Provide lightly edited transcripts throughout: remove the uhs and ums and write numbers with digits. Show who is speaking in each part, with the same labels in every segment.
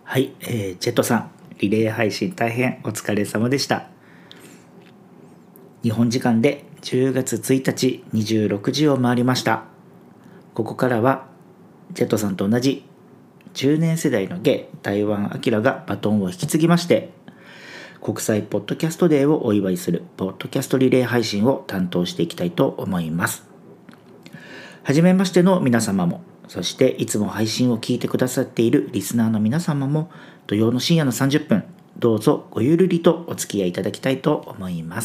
Speaker 1: はい、ジェットさん、リレー配信大変お疲れ様でした。日本時間で10月1日26時を回りました。ここからはジェットさんと同じ10年世代のゲイ台湾アキラがバトンを引き継ぎまして、国際ポッドキャストデーをお祝いするポッドキャストリレー配信を担当していきたいと思います。はじめましての皆様も、そしていつも配信を聞いてくださっているリスナーの皆様も、土曜の深夜の30分、どうぞごゆるりとお付き合いいただきたいと思います。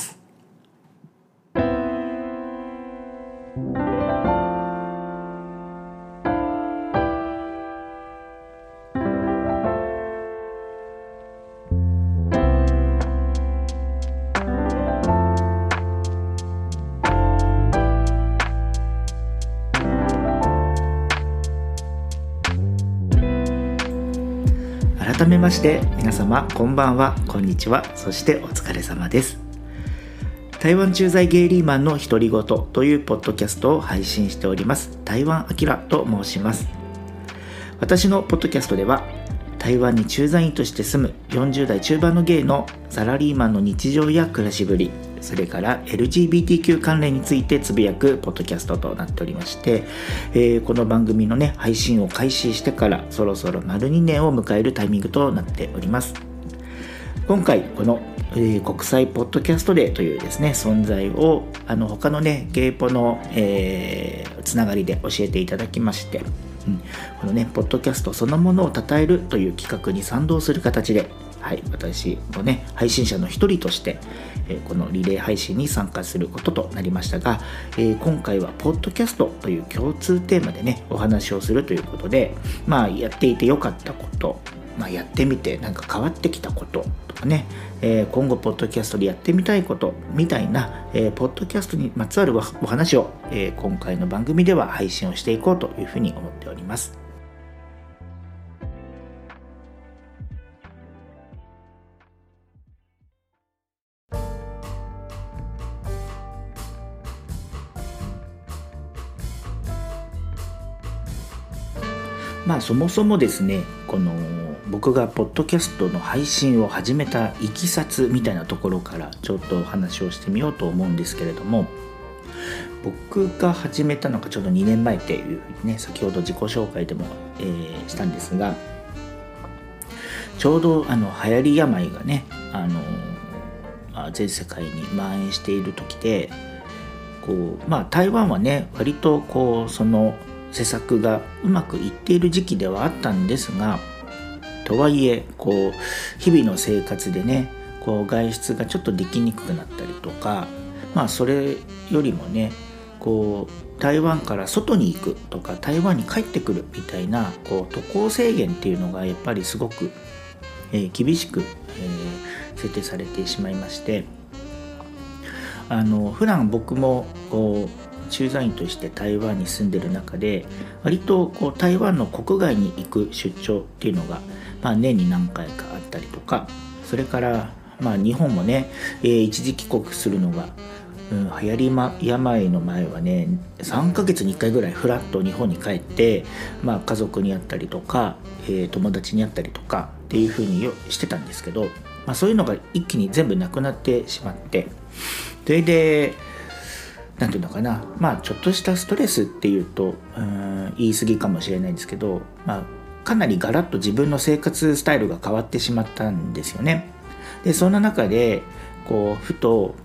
Speaker 1: 改めまして皆様こんばんは、こんにちは、そしてお疲れ様です。台湾駐在ゲイリーマンの独り言というポッドキャストを配信しております台湾アキラと申します。私のポッドキャストでは台湾に駐在員として住む40代中盤のゲイのサラリーマンの日常や暮らしぶり、それから LGBTQ 関連についてつぶやくポッドキャストとなっておりまして、この番組のね配信を開始してからそろそろ丸2年を迎えるタイミングとなっております。今回この、国際ポッドキャストデーというですね存在を他のねゲイポの、つながりで教えていただきまして、このねポッドキャストそのものを称えるという企画に賛同する形で、私もね配信者の一人として、このリレー配信に参加することとなりましたが、今回はポッドキャストという共通テーマでねお話をするということで、やっていてよかったこと、やってみてなんか変わってきたこととかね、今後ポッドキャストでやってみたいことみたいな、ポッドキャストにまつわるお話を、今回の番組では配信をしていこうというふうに思っております。そもそもですね、この僕がポッドキャストの配信を始めたいきさつみたいなところからちょっとお話をしてみようと思うんですけれども、僕が始めたのがちょうど2年前っていうふうにね先ほど自己紹介でも、したんですが、ちょうど流行り病がね全世界に蔓延している時で、台湾はね割とその施策がうまくいっている時期ではあったんですが、とはいえ日々の生活でね外出がちょっとできにくくなったりとか、それよりもね台湾から外に行くとか台湾に帰ってくるみたいな渡航制限っていうのがやっぱりすごく、厳しく、設定されてしまいまして、普段僕も駐在員として台湾に住んでる中で割と台湾の国外に行く出張っていうのが、年に何回かあったりとか、それから日本もね、一時帰国するのが、流行り病の前はね3ヶ月に1回ぐらいフラッと日本に帰って、家族に会ったりとか、友達に会ったりとかっていう風にしてたんですけど、そういうのが一気に全部なくなってしまって、それでなんていうのかな、ちょっとしたストレスっていうと言い過ぎかもしれないんですけど、かなりガラッと自分の生活スタイルが変わってしまったんですよね。でそんな中でふと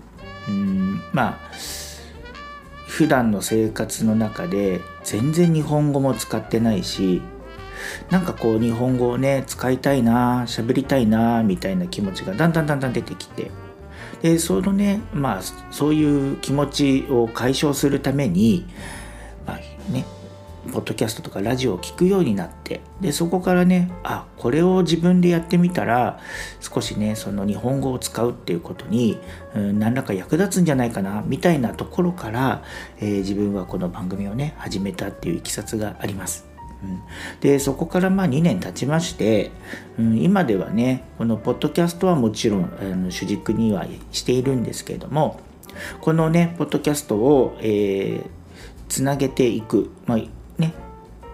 Speaker 1: 普段の生活の中で全然日本語も使ってないし、なんか日本語をね使いたいな、喋りたいなみたいな気持ちがだんだん出てきて、でそのねそういう気持ちを解消するためにポッドキャストとかラジオを聞くようになって、でそこからねこれを自分でやってみたら少しねその日本語を使うっていうことに何らか役立つんじゃないかなみたいなところから、自分はこの番組をね始めたっていういきさつがあります。でそこから2年経ちまして、今ではねこのポッドキャストはもちろん主軸にはしているんですけれども、このねポッドキャストを、つなげていく、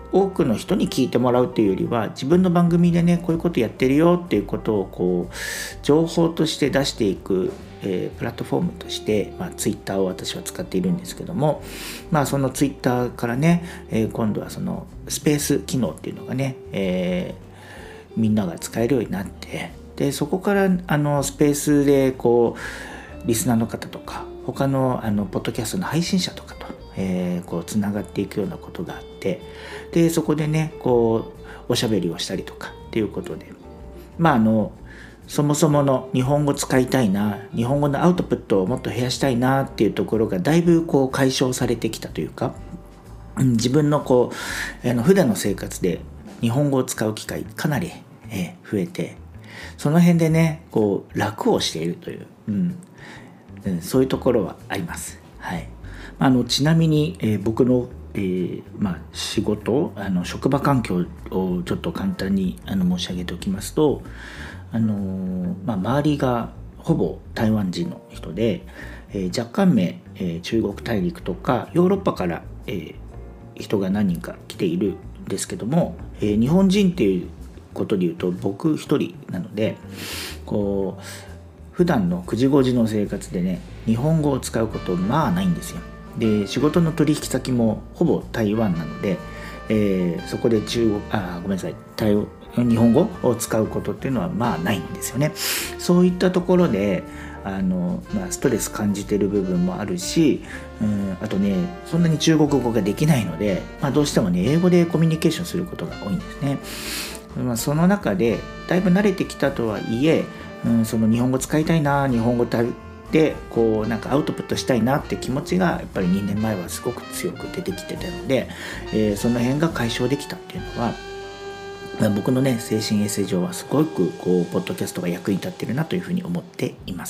Speaker 1: 多くの人に聞いてもらうっていうよりは、自分の番組でねこういうことやってるよっていうことをこう情報として出していく、プラットフォームとして、ツイッターを私は使っているんですけども、そのツイッターからね、今度はそのスペース機能っていうのがね、みんなが使えるようになって、でそこからスペースでこうリスナーの方とか他のポッドキャストの配信者とかと、こうつながっていくようなことがあって、でそこでねこうおしゃべりをしたりとかっていうことで、そもそもの日本語使いたいな、日本語のアウトプットをもっと増やしたいなっていうところがだいぶこう解消されてきたというか、自分のこう普段の生活で日本語を使う機会かなり増えて、その辺でねこう楽をしているという、そういうところはあります。はい。ちなみに、僕の、仕事職場環境をちょっと簡単に申し上げておきますと、周りがほぼ台湾人の人で、若干名、中国大陸とかヨーロッパから、人が何人か来ているんですけども、日本人っていうことでいうと僕一人なので、こう普段の9時5時の生活でね日本語を使うことないんですよ。で仕事の取引先もほぼ台湾なので、そこで日本語を使うことっていうのはないんですよね。そういったところでストレス感じてる部分もあるし、あとねそんなに中国語ができないので、どうしてもね英語でコミュニケーションすることが多いんですね。その中でだいぶ慣れてきたとはいえ、その日本語使いたいな、日本語でこうなんかアウトプットしたいなって気持ちがやっぱり2年前はすごく強く出てきてたので、その辺が解消できたっていうのは、僕のね精神衛生上はすごくこうポッドキャストが役に立ってるなというふうに思っています。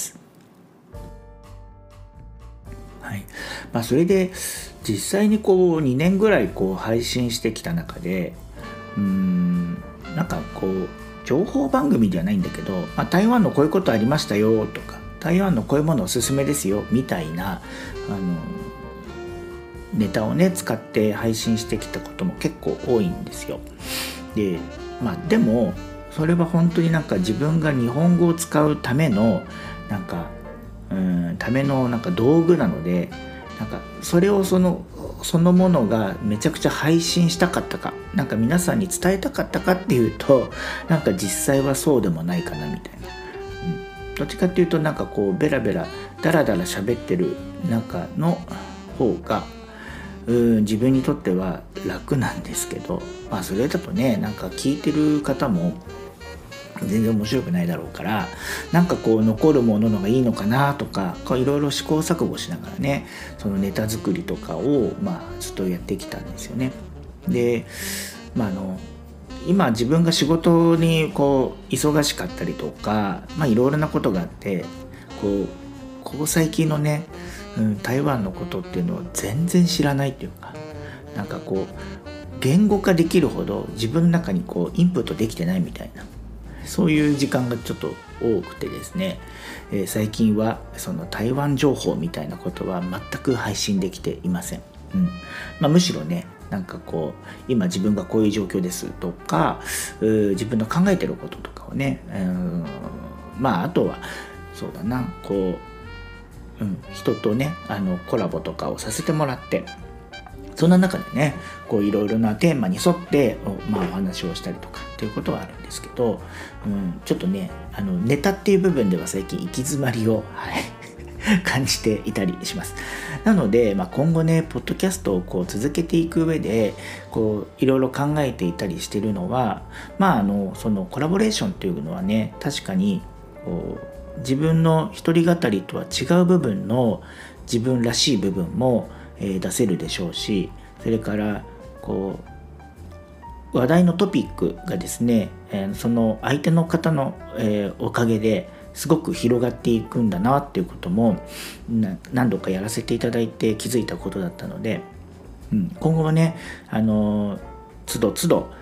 Speaker 1: はい。それで実際にこう2年ぐらいこう配信してきた中で、なんかこう情報番組ではないんだけど、台湾のこういうことありましたよとか、台湾のこういうものおすすめですよみたいなネタをね使って配信してきたことも結構多いんですよ。で、でもそれは本当になんか自分が日本語を使うための道具なので、なんかそれをそのものがめちゃくちゃ配信したかったか、なんか皆さんに伝えたかったかっていうと、なんか実際はそうでもないかなみたいな、どっちかっていうとなんかこうベラベラダラダラ喋ってる中の方が自分にとっては楽なんですけど、それだとねなんか聞いてる方も全然面白くないだろうから、なんかこう残るもののがいいのかなとか、いろいろ試行錯誤しながらねそのネタ作りとかをずっとやってきたんですよね。で今自分が仕事にこう忙しかったりとか、いろいろなことがあって、ここ最近のね、台湾のことっていうのを全然知らないっていうか、なんかこう言語化できるほど自分の中にこうインプットできてないみたいな、そういう時間がちょっと多くてですね、最近はその台湾情報みたいなことは全く配信できていません。むしろねなんかこう今自分がこういう状況ですとか、自分の考えてることとかをね、あとはそうだなこう、人とねコラボとかをさせてもらって、そんな中でねこういろいろなテーマに沿ってお話をしたりとかっていうことはあるんですけど、ちょっとねネタっていう部分では最近行き詰まりを、感じていたりします。なので、今後ねポッドキャストをこう続けていく上でこういろいろ考えていたりしているのは、そのコラボレーションっていうのはね確かにこう自分の一人語りとは違う部分の自分らしい部分も出せるでしょうし、それからこう話題のトピックがですね、その相手の方の、おかげですごく広がっていくんだなっていうことも何度かやらせていただいて気づいたことだったので、今後はね都度都度、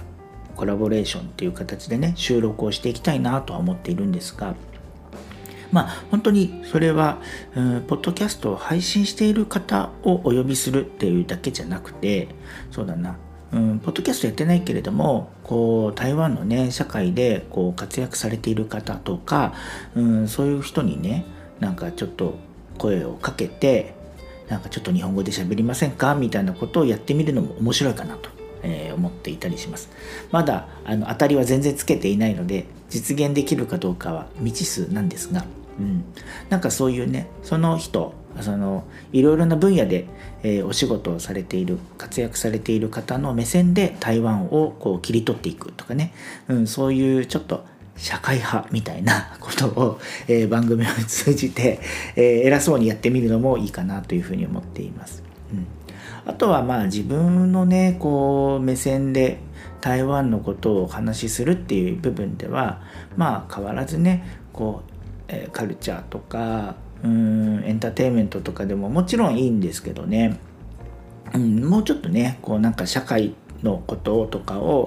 Speaker 1: コラボレーションっていう形でね収録をしていきたいなとは思っているんですが、 本当にそれは、ポッドキャストを配信している方をお呼びするっていうだけじゃなくて、そうだな、ポッドキャストやってないけれども台湾のね社会で活躍されている方とか、そういう人にねなんかちょっと声をかけて、なんかちょっと日本語で喋りませんかみたいなことをやってみるのも面白いかなと、思っていたりします。まだ当たりは全然つけていないので実現できるかどうかは未知数なんですが、なんかそういうねその人いろいろな分野で、お仕事をされている活躍されている方の目線で台湾を切り取っていくとかね、そういうちょっと社会派みたいなことを、番組を通じて、偉そうにやってみるのもいいかなというふうに思っています。あとは自分のね目線で台湾のことをお話しするっていう部分では変わらずねカルチャーとかエンターテインメントとかでももちろんいいんですけどね、もうちょっとねなんか社会のこととかを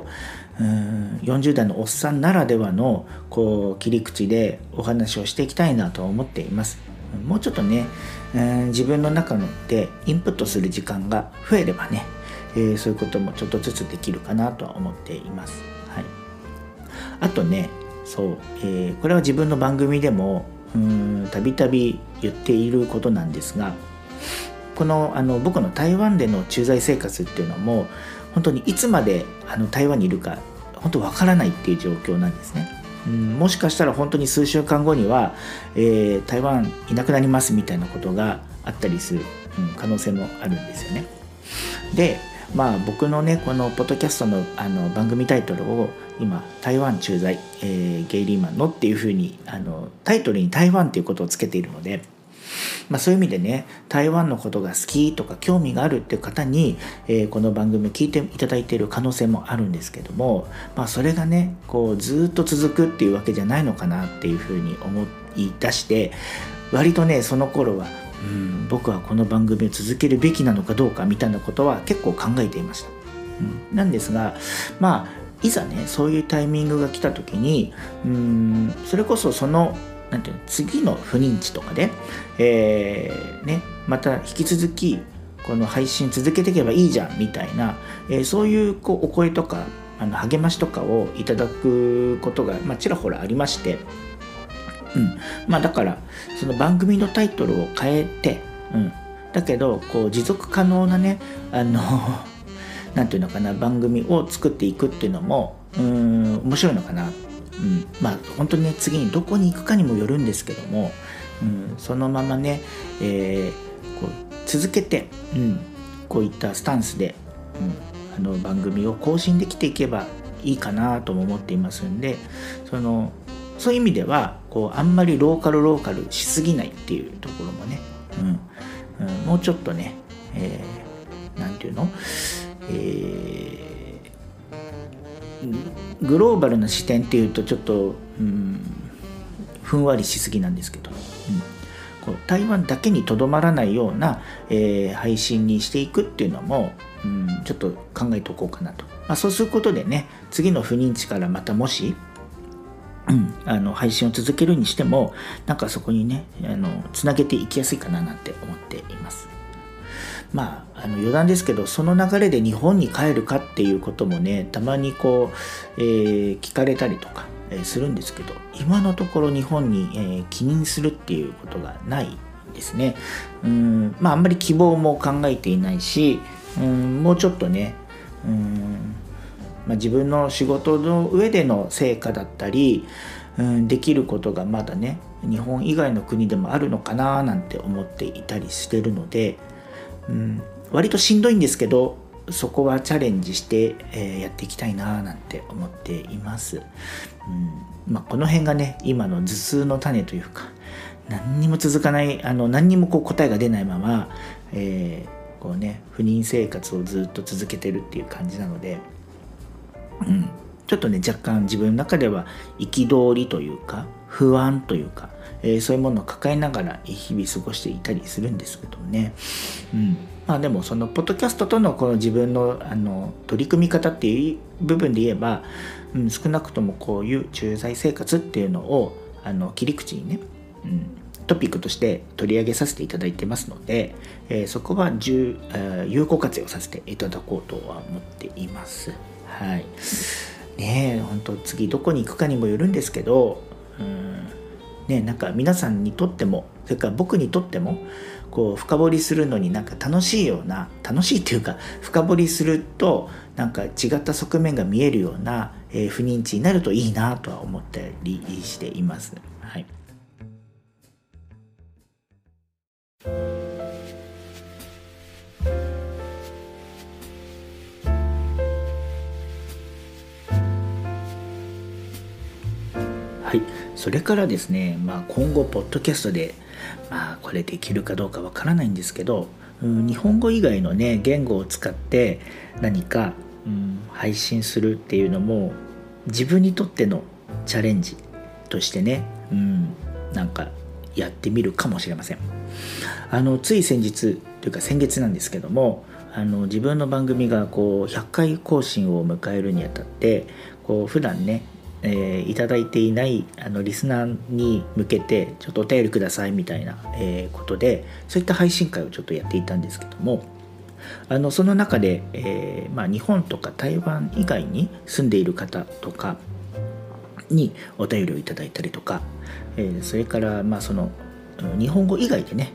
Speaker 1: 40代のおっさんならではの切り口でお話をしていきたいなと思っています。もうちょっとね、自分の中でインプットする時間が増えればね、そういうこともちょっとずつできるかなとは思っています。あとねこれは自分の番組でもたびたび言っていることなんですが、この僕の台湾での駐在生活っていうのも本当にいつまで台湾にいるか本当わからないっていう状況なんですね。もしかしたら本当に数週間後には、台湾いなくなりますみたいなことがあったりする、可能性もあるんですよね。で僕のねこのポッドキャストの番組タイトルを今台湾駐在、ゲイリーマンのっていう風にタイトルに台湾っていうことをつけているので、そういう意味でね台湾のことが好きとか興味があるっていう方に、この番組を聞いていただいている可能性もあるんですけども、それがねずっと続くっていうわけじゃないのかなっていう風に思い出して、割とねその頃は僕はこの番組を続けるべきなのかどうかみたいなことは結構考えていました。なんですがいざねそういうタイミングが来た時にそれこそなんていうの次の不認知とかで、また引き続きこの配信続けていけばいいじゃんみたいな、そういうお声とか励ましとかをいただくことがちらほらありまして、だからその番組のタイトルを変えて、だけど持続可能なねなんていうのかな番組を作っていくっていうのも面白いのかな。本当にね次にどこに行くかにもよるんですけども、そのままね、続けて、こういったスタンスで、番組を更新できていけばいいかなとも思っていますんで、そういう意味ではあんまりローカルしすぎないっていうところもね、もうちょっとね、なんていうの、グローバルな視点っていうとちょっと、ふんわりしすぎなんですけど、台湾だけにとどまらないような、配信にしていくっていうのも、ちょっと考えておこうかなと、そうすることでね次の不認知からまたもし配信を続けるにしてもなんかそこにねつなげていきやすいかななんて思っています。余談ですけどその流れで日本に帰るかっていうこともねたまに聞かれたりとかするんですけど、今のところ日本に帰任するっていうことがないですね。あんまり希望も考えていないし、もうちょっとね自分の仕事の上での成果だったり、できることがまだね日本以外の国でもあるのかななんて思っていたりしてるので、割としんどいんですけどそこはチャレンジして、やっていきたいななんて思っています。この辺がね今の頭痛の種というか何にも続かない何にも答えが出ないまま、不妊生活をずっと続けてるっていう感じなので、ちょっとね若干自分の中では憤りというか不安というか、そういうものを抱えながら日々過ごしていたりするんですけどもね、でもそのポッドキャストとのこの自分の取り組み方っていう部分で言えば、少なくともこういう駐在生活っていうのを切り口にね、 トピックとして取り上げさせていただいてますので、そこは有効活用させていただこうとは思っています。はいね、本当次どこに行くかにもよるんですけど、なんか皆さんにとってもそれから僕にとってもこう深掘りするのになんか楽しいっていうか、深掘りするとなんか違った側面が見えるような、不妊地になるといいなとは思ったりしています。はい。はい、それからですね、今後ポッドキャストで、これできるかどうかわからないんですけど、日本語以外のね言語を使って何か、配信するっていうのも自分にとってのチャレンジとしてね、なんかやってみるかもしれません。つい先日というか先月なんですけども、自分の番組がこう100回更新を迎えるにあたって、こう普段ねいただいていないリスナーに向けてちょっとお便りくださいみたいな、ことでそういった配信会をちょっとやっていたんですけども、その中で、日本とか台湾以外に住んでいる方とかにお便りをいただいたりとか、それからその日本語以外でね、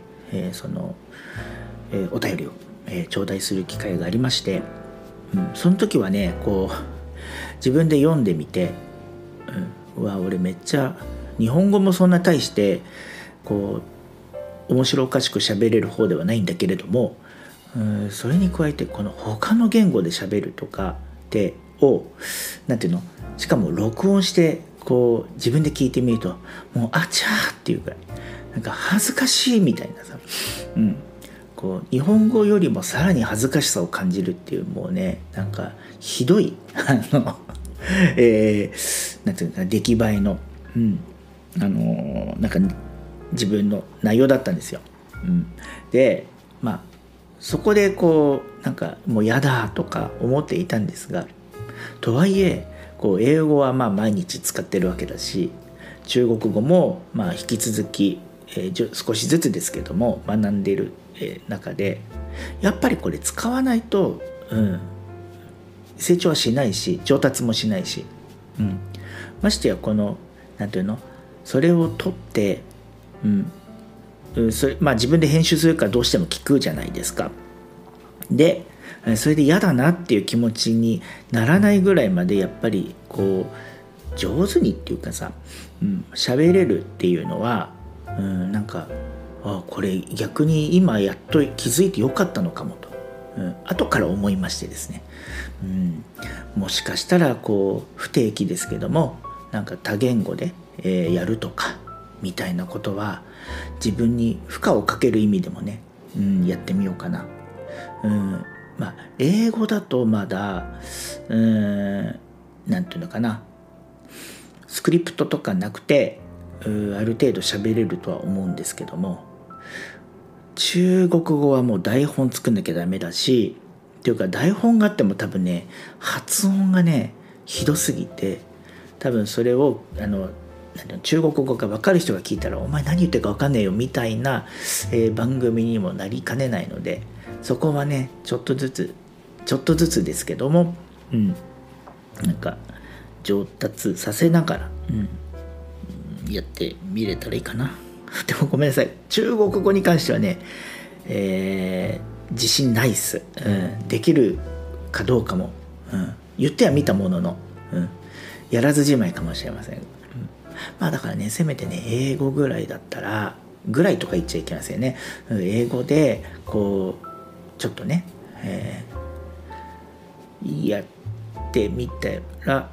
Speaker 1: お便りを、頂戴する機会がありまして、その時はねこう自分で読んでみて、俺めっちゃ日本語もそんな大してこう面白おかしく喋れる方ではないんだけれども、それに加えてこの他の言語で喋るとかなんていうの、しかも録音してこう自分で聞いてみるともうあちゃーっていうくらいなんか恥ずかしいみたいなさ、こう日本語よりもさらに恥ずかしさを感じるっていう、もうねなんかひどいなんていうか出来栄えの、なんか自分の内容だったんですよ。でそこでこうなんかもうやだとか思っていたんですが、とはいえこう英語は毎日使ってるわけだし、中国語も引き続き、少しずつですけども学んでいる、中でやっぱりこれ使わないと、成長はしないし上達もしないし、ましてやこのなんていうの、それを取って、自分で編集するからどうしても聞くじゃないですか。でそれで嫌だなっていう気持ちにならないぐらいまでやっぱりこう上手にっていうかさ、喋れるっていうのは、なんかこれ逆に今やっと気づいてよかったのかもと、後から思いましてですね、もしかしたらこう不定期ですけどもなんか多言語で、やるとかみたいなことは自分に負荷をかける意味でもね、やってみようかな。英語だとまだなんていうのかな、スクリプトとかなくてある程度喋れるとは思うんですけども、中国語はもう台本作んなきゃダメだし、っていうか台本があっても多分ね発音がねひどすぎて、多分それを中国語が分かる人が聞いたらお前何言ってるか分かんねえよみたいな、番組にもなりかねないので、そこはねちょっとずつですけども、なんか上達させながら、やってみれたらいいかな。でもごめんなさい、中国語に関してはね、自信ないっす、できるかどうかも、言ってはみたものの、やらずじまいかもしれません。だからねせめてね英語ぐらいだったら、ぐらいとか言っちゃいけませんね。英語でこうちょっとね、やってみたら、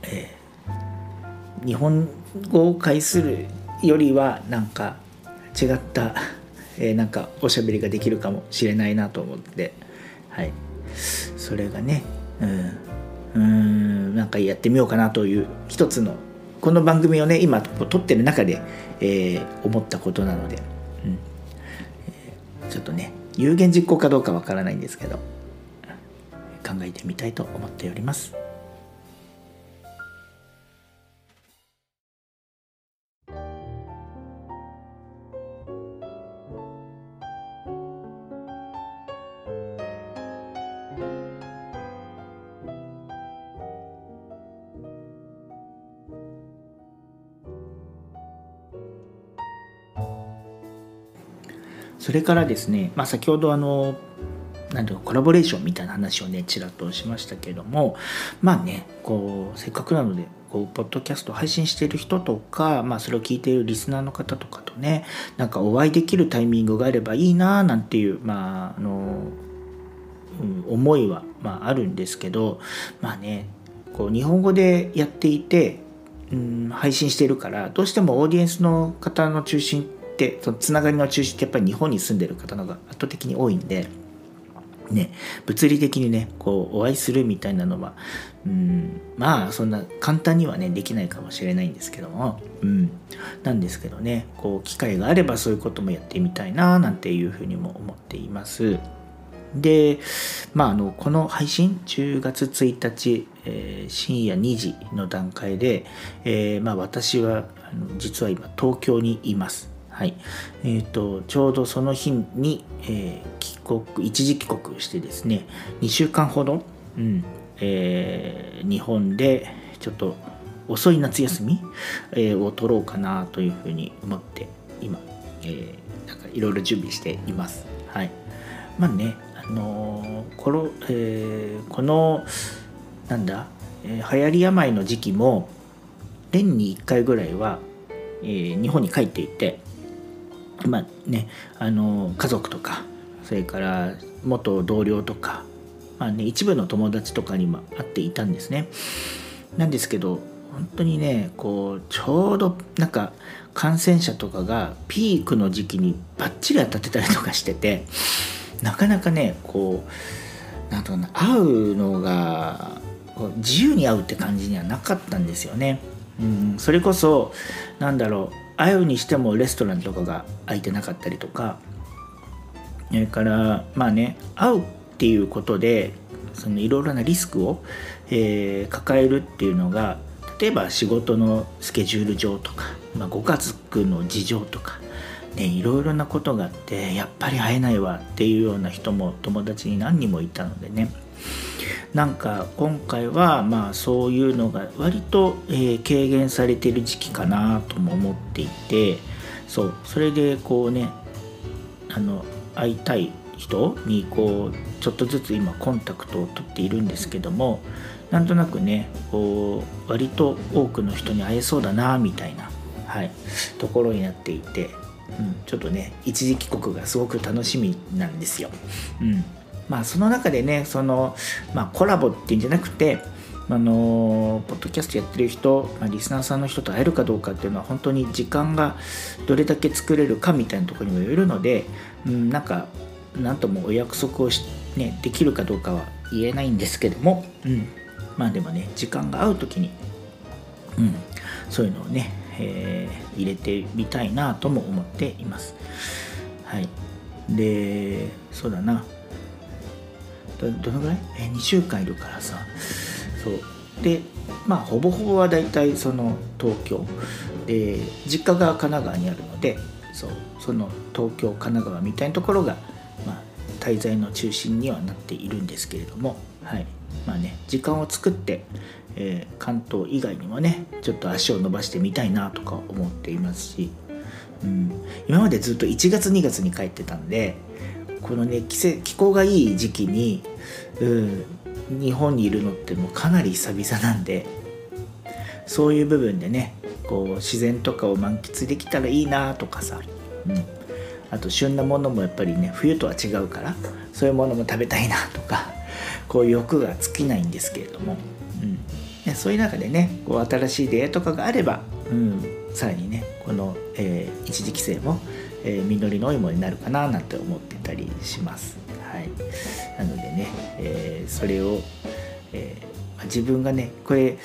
Speaker 1: 日本語を介するよりはなんか違った、なんかおしゃべりができるかもしれないなと思って、それがねなんかやってみようかなという一つのこの番組をね今撮ってる中で、思ったことなので、ちょっとね有言実行かどうかわからないんですけど考えてみたいと思っております。 それからですね、先ほどなんていうかコラボレーションみたいな話をねちらっとしましたけれども、せっかくなのでポッドキャスト配信している人とか、それを聞いているリスナーの方とかとね、なんかお会いできるタイミングがあればいいななんていう、思いはあるんですけど、日本語でやっていて、配信しているから、どうしてもオーディエンスの方の中心って、そのつながりの中心ってやっぱり日本に住んでる方の方が圧倒的に多いんでね、物理的にねお会いするみたいなのはそんな簡単にはねできないかもしれないんですけども、なんですけどね、機会があればそういうこともやってみたいななんていうふうにも思っています。で、この配信10月1日、深夜2時の段階で、私は実は今東京にいます。はい、ちょうどその日に、一時帰国してですね、2週間ほど、日本でちょっと遅い夏休み、を取ろうかなというふうに思って今、なんかいろいろ準備しています。はい、この流行り病の時期も年に1回ぐらいは、日本に帰っていて、家族とか、それから元同僚とか、一部の友達とかにも会っていたんですね。なんですけど本当にねちょうどなんか感染者とかがピークの時期にバッチリ当たってたりとかしてて、なかなかね会うのが自由に会うって感じにはなかったんですよね。それこそ会うにしてもレストランとかが空いてなかったりとか、それから会うっていうことでいろいろなリスクを、抱えるっていうのが、例えば仕事のスケジュール上とか、ご家族の事情とかいろいろなことがあって、やっぱり会えないわっていうような人も友達に何人もいたのでね、今回はそういうのが割と、軽減されている時期かなとも思っていて、それで会いたい人にちょっとずつ今コンタクトを取っているんですけども、なんとなくね割と多くの人に会えそうだなみたいな、ところになっていて、ちょっとね一時帰国がすごく楽しみなんですよ。その中でねコラボっていうんじゃなくて、ポッドキャストやってる人、リスナーさんの人と会えるかどうかっていうのは本当に時間がどれだけ作れるかみたいなところにもよるので、なんともお約束をできるかどうかは言えないんですけども、でもね時間が合う時に、そういうのをね、入れてみたいなとも思っています。はい。で、そうだな、どのぐらい2週間いるからさ、でほぼほぼはだいたいその東京で、実家が神奈川にあるので、その東京神奈川みたいなところが、滞在の中心にはなっているんですけれども、時間を作って、関東以外にもねちょっと足を伸ばしてみたいなとか思っていますし、今までずっと1月2月に帰ってたんで、このね気候がいい時期に、日本にいるのってもうかなり久々なんで、そういう部分でね自然とかを満喫できたらいいなとかさ、あと旬なものもやっぱりね冬とは違うからそういうものも食べたいなとか、欲が尽きないんですけれども、そういう中でね新しい出会いとかがあれば、さらにねこの、一時帰省も、実りの多いものになるかななんて思ってたりします。なのでね、それを、自分がねこれ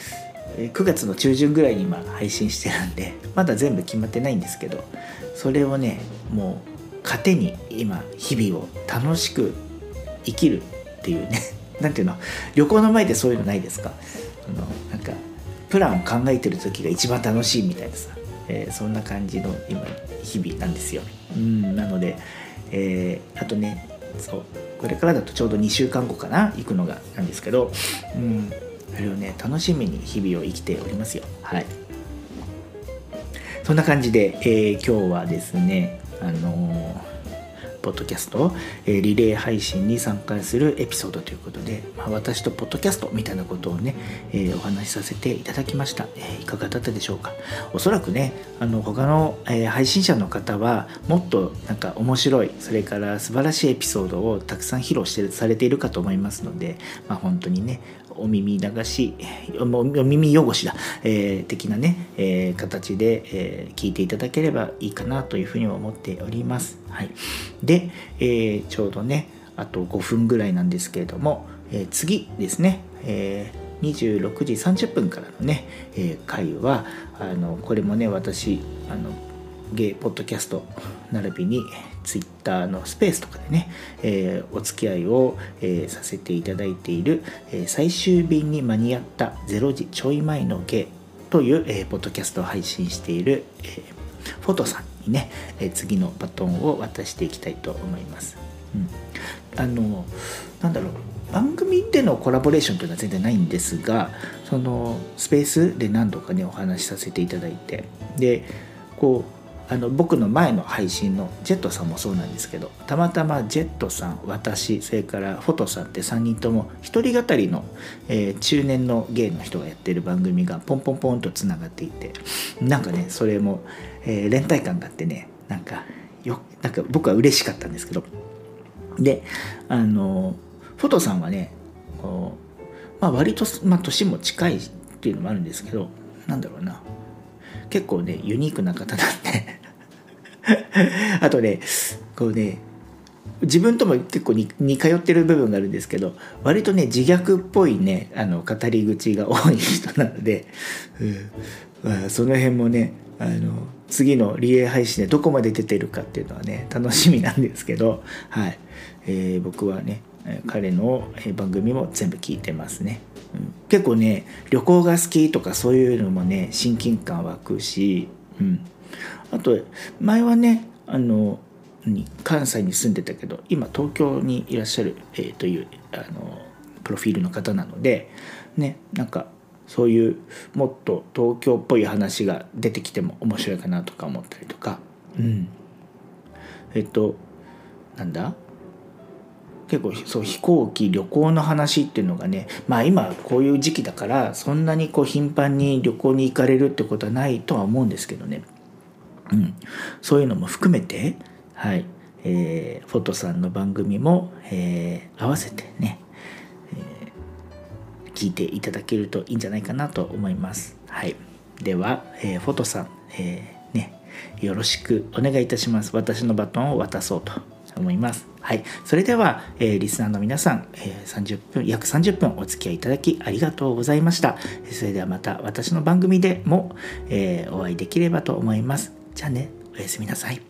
Speaker 1: 9月の中旬ぐらいに今配信してるんで、まだ全部決まってないんですけど、それをねもう糧に今日々を楽しく生きるっていうねなんていうの、旅行の前でそういうのないですか？プランを考えてる時が一番楽しいみたいなさ、そんな感じの今日々なんですよ。なので、あとねこれからだとちょうど2週間後かな行くのがなんですけど、あれをね楽しみに日々を生きておりますよ。そんな感じで、今日はですねポッドキャスト、リレー配信に参加するエピソードということで、私とポッドキャストみたいなことをね、お話しさせていただきました。いかがだったでしょうか。おそらくね、他の、配信者の方はもっとなんか面白い、それから素晴らしいエピソードをたくさん披露されているかと思いますので、本当にね、お耳流し、お耳汚しだ、的なね、形で、聞いていただければいいかなというふうに思っております。はい。で、ちょうどね、あと5分ぐらいなんですけれども、次ですね、26時30分からのね、回はこれもね、私ポッドキャスト並びにツイッターのスペースとかでね、お付き合いを、させていただいている、最終便に間に合った0時ちょい前のゲという、ポッドキャストを配信している、フォトさんにね、次のバトンを渡していきたいと思います。なんだろう、番組でのコラボレーションというのは全然ないんですが、そのスペースで何度かねお話しさせていただいて、でこう僕の前の配信のジェットさんもそうなんですけど、たまたまジェットさん、私、それからフォトさんって3人とも一人語りの、中年のゲイの人がやってる番組がポンポンポンとつながっていて、なんかねそれも、連帯感があってね、なんか僕は嬉しかったんですけど、でフォトさんはね割と、年も近いっていうのもあるんですけど、なんだろうな、結構ねユニークな方なんであとねこうね、自分とも結構似通ってる部分があるんですけど、割とね自虐っぽいね語り口が多い人なので、その辺もね次のリレー配信でどこまで出てるかっていうのはね楽しみなんですけど、はい、僕はね彼の番組も全部聞いてますね。結構ね旅行が好きとかそういうのもね親近感湧くし、あと前はね関西に住んでたけど今東京にいらっしゃる、というプロフィールの方なのでね、なんかそういうもっと東京っぽい話が出てきても面白いかなとか思ったりとか、なんだ結構そう飛行機旅行の話っていうのがね、今こういう時期だからそんなにこう頻繁に旅行に行かれるってことはないとは思うんですけどね、そういうのも含めて、はい、フォトさんの番組も、合わせてね、聞いていただけるといいんじゃないかなと思います。はい、では、フォトさん、よろしくお願いいたします。私のバトンを渡そうと思います。はい、それでは、リスナーの皆さん、約30分お付き合いいただきありがとうございました。それではまた私の番組でも、お会いできればと思います。じゃあね、おやすみなさい。